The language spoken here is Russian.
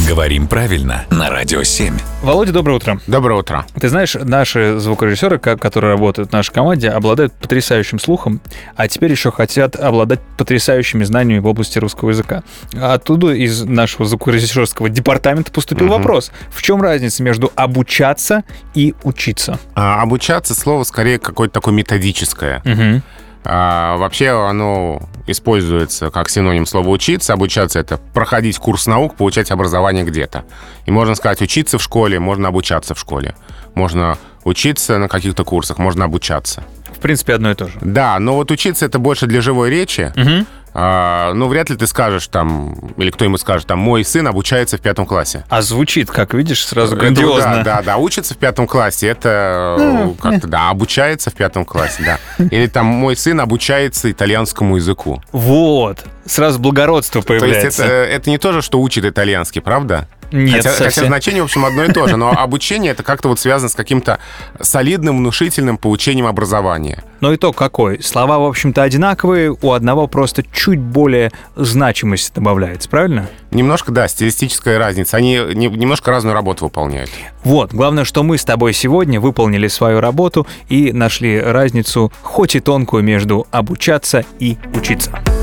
Говорим правильно на Радио 7. Володя, доброе утро. Доброе утро. Ты знаешь, наши звукорежиссеры, которые работают в нашей команде, обладают потрясающим слухом, а теперь еще хотят обладать потрясающими знаниями в области русского языка. Оттуда из нашего звукорежиссерского департамента поступил вопрос. В чем разница между обучаться и учиться? Обучаться слово скорее какое-то такое методическое. Вообще оно используется как синоним слова «учиться». Обучаться — это проходить курс наук, получать образование где-то. И можно сказать «учиться в школе», можно «обучаться в школе». Можно учиться на каких-то курсах, можно обучаться. В принципе, одно и то же. Да, но вот учиться — это больше для живой речи. Ну, вряд ли ты скажешь там, или кто-нибудь скажет, там, мой сын обучается в 5 классе. А звучит, как видишь, сразу грандиозно. Да, учится в 5 классе, это как-то, да, обучается в 5 классе, да. Или там, мой сын обучается итальянскому языку. Вот, сразу благородство появляется. То есть это не то же, что учит итальянский, правда? Нет, хотя значение, в общем, одно и то же, но обучение — это как-то вот связано с каким-то солидным, внушительным получением образования. Но итог какой? Слова, в общем-то, одинаковые, у одного просто чуть более значимость добавляется, правильно? Немножко, да, стилистическая разница. Они немножко разную работу выполняют. Вот, главное, что мы с тобой сегодня выполнили свою работу и нашли разницу, хоть и тонкую, между обучаться и учиться.